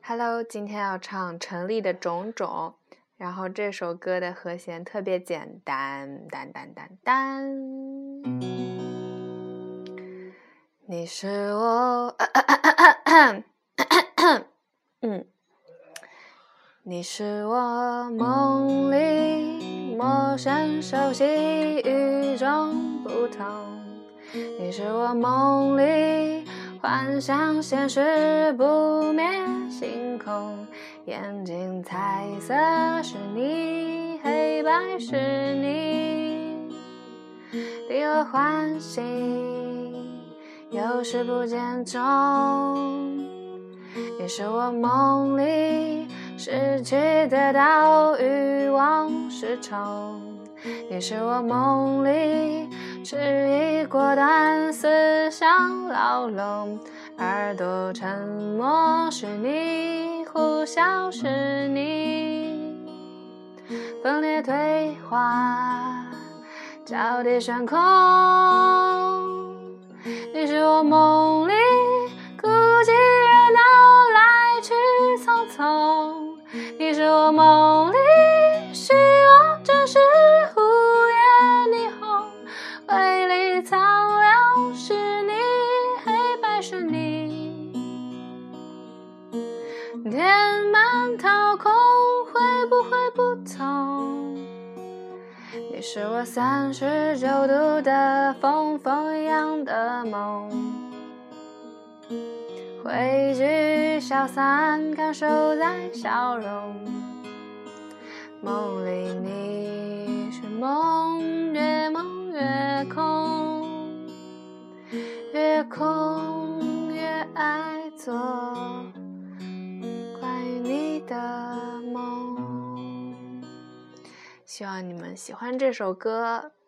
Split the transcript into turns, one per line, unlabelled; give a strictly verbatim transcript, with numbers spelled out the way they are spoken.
Hello， 今天要唱陈粒的《种种》，然后这首歌的和弦特别简单，单单单单。你是我，嗯，你是我梦里陌生熟悉与众不同，你是我梦里幻想现实不灭星空，眼睛彩色是你，黑白是你，离我欢喜有时不见踪，你是我梦里失去得到欲望失重，你是我梦里迟疑果断思想牢笼，耳朵沉默是你，呼啸是你，分裂对话交替悬空，你是我梦里孤寂热闹来去匆匆，你是我梦里虚妄真实忽远霓虹，瑰丽苍凉是你，黑白是你，填满掏空会不会不同，你是我三十九度的风，风一样的梦，汇聚消散感受在笑容，梦里你是梦，越梦越空，越空越爱做关于你的梦。希望你们喜欢这首歌。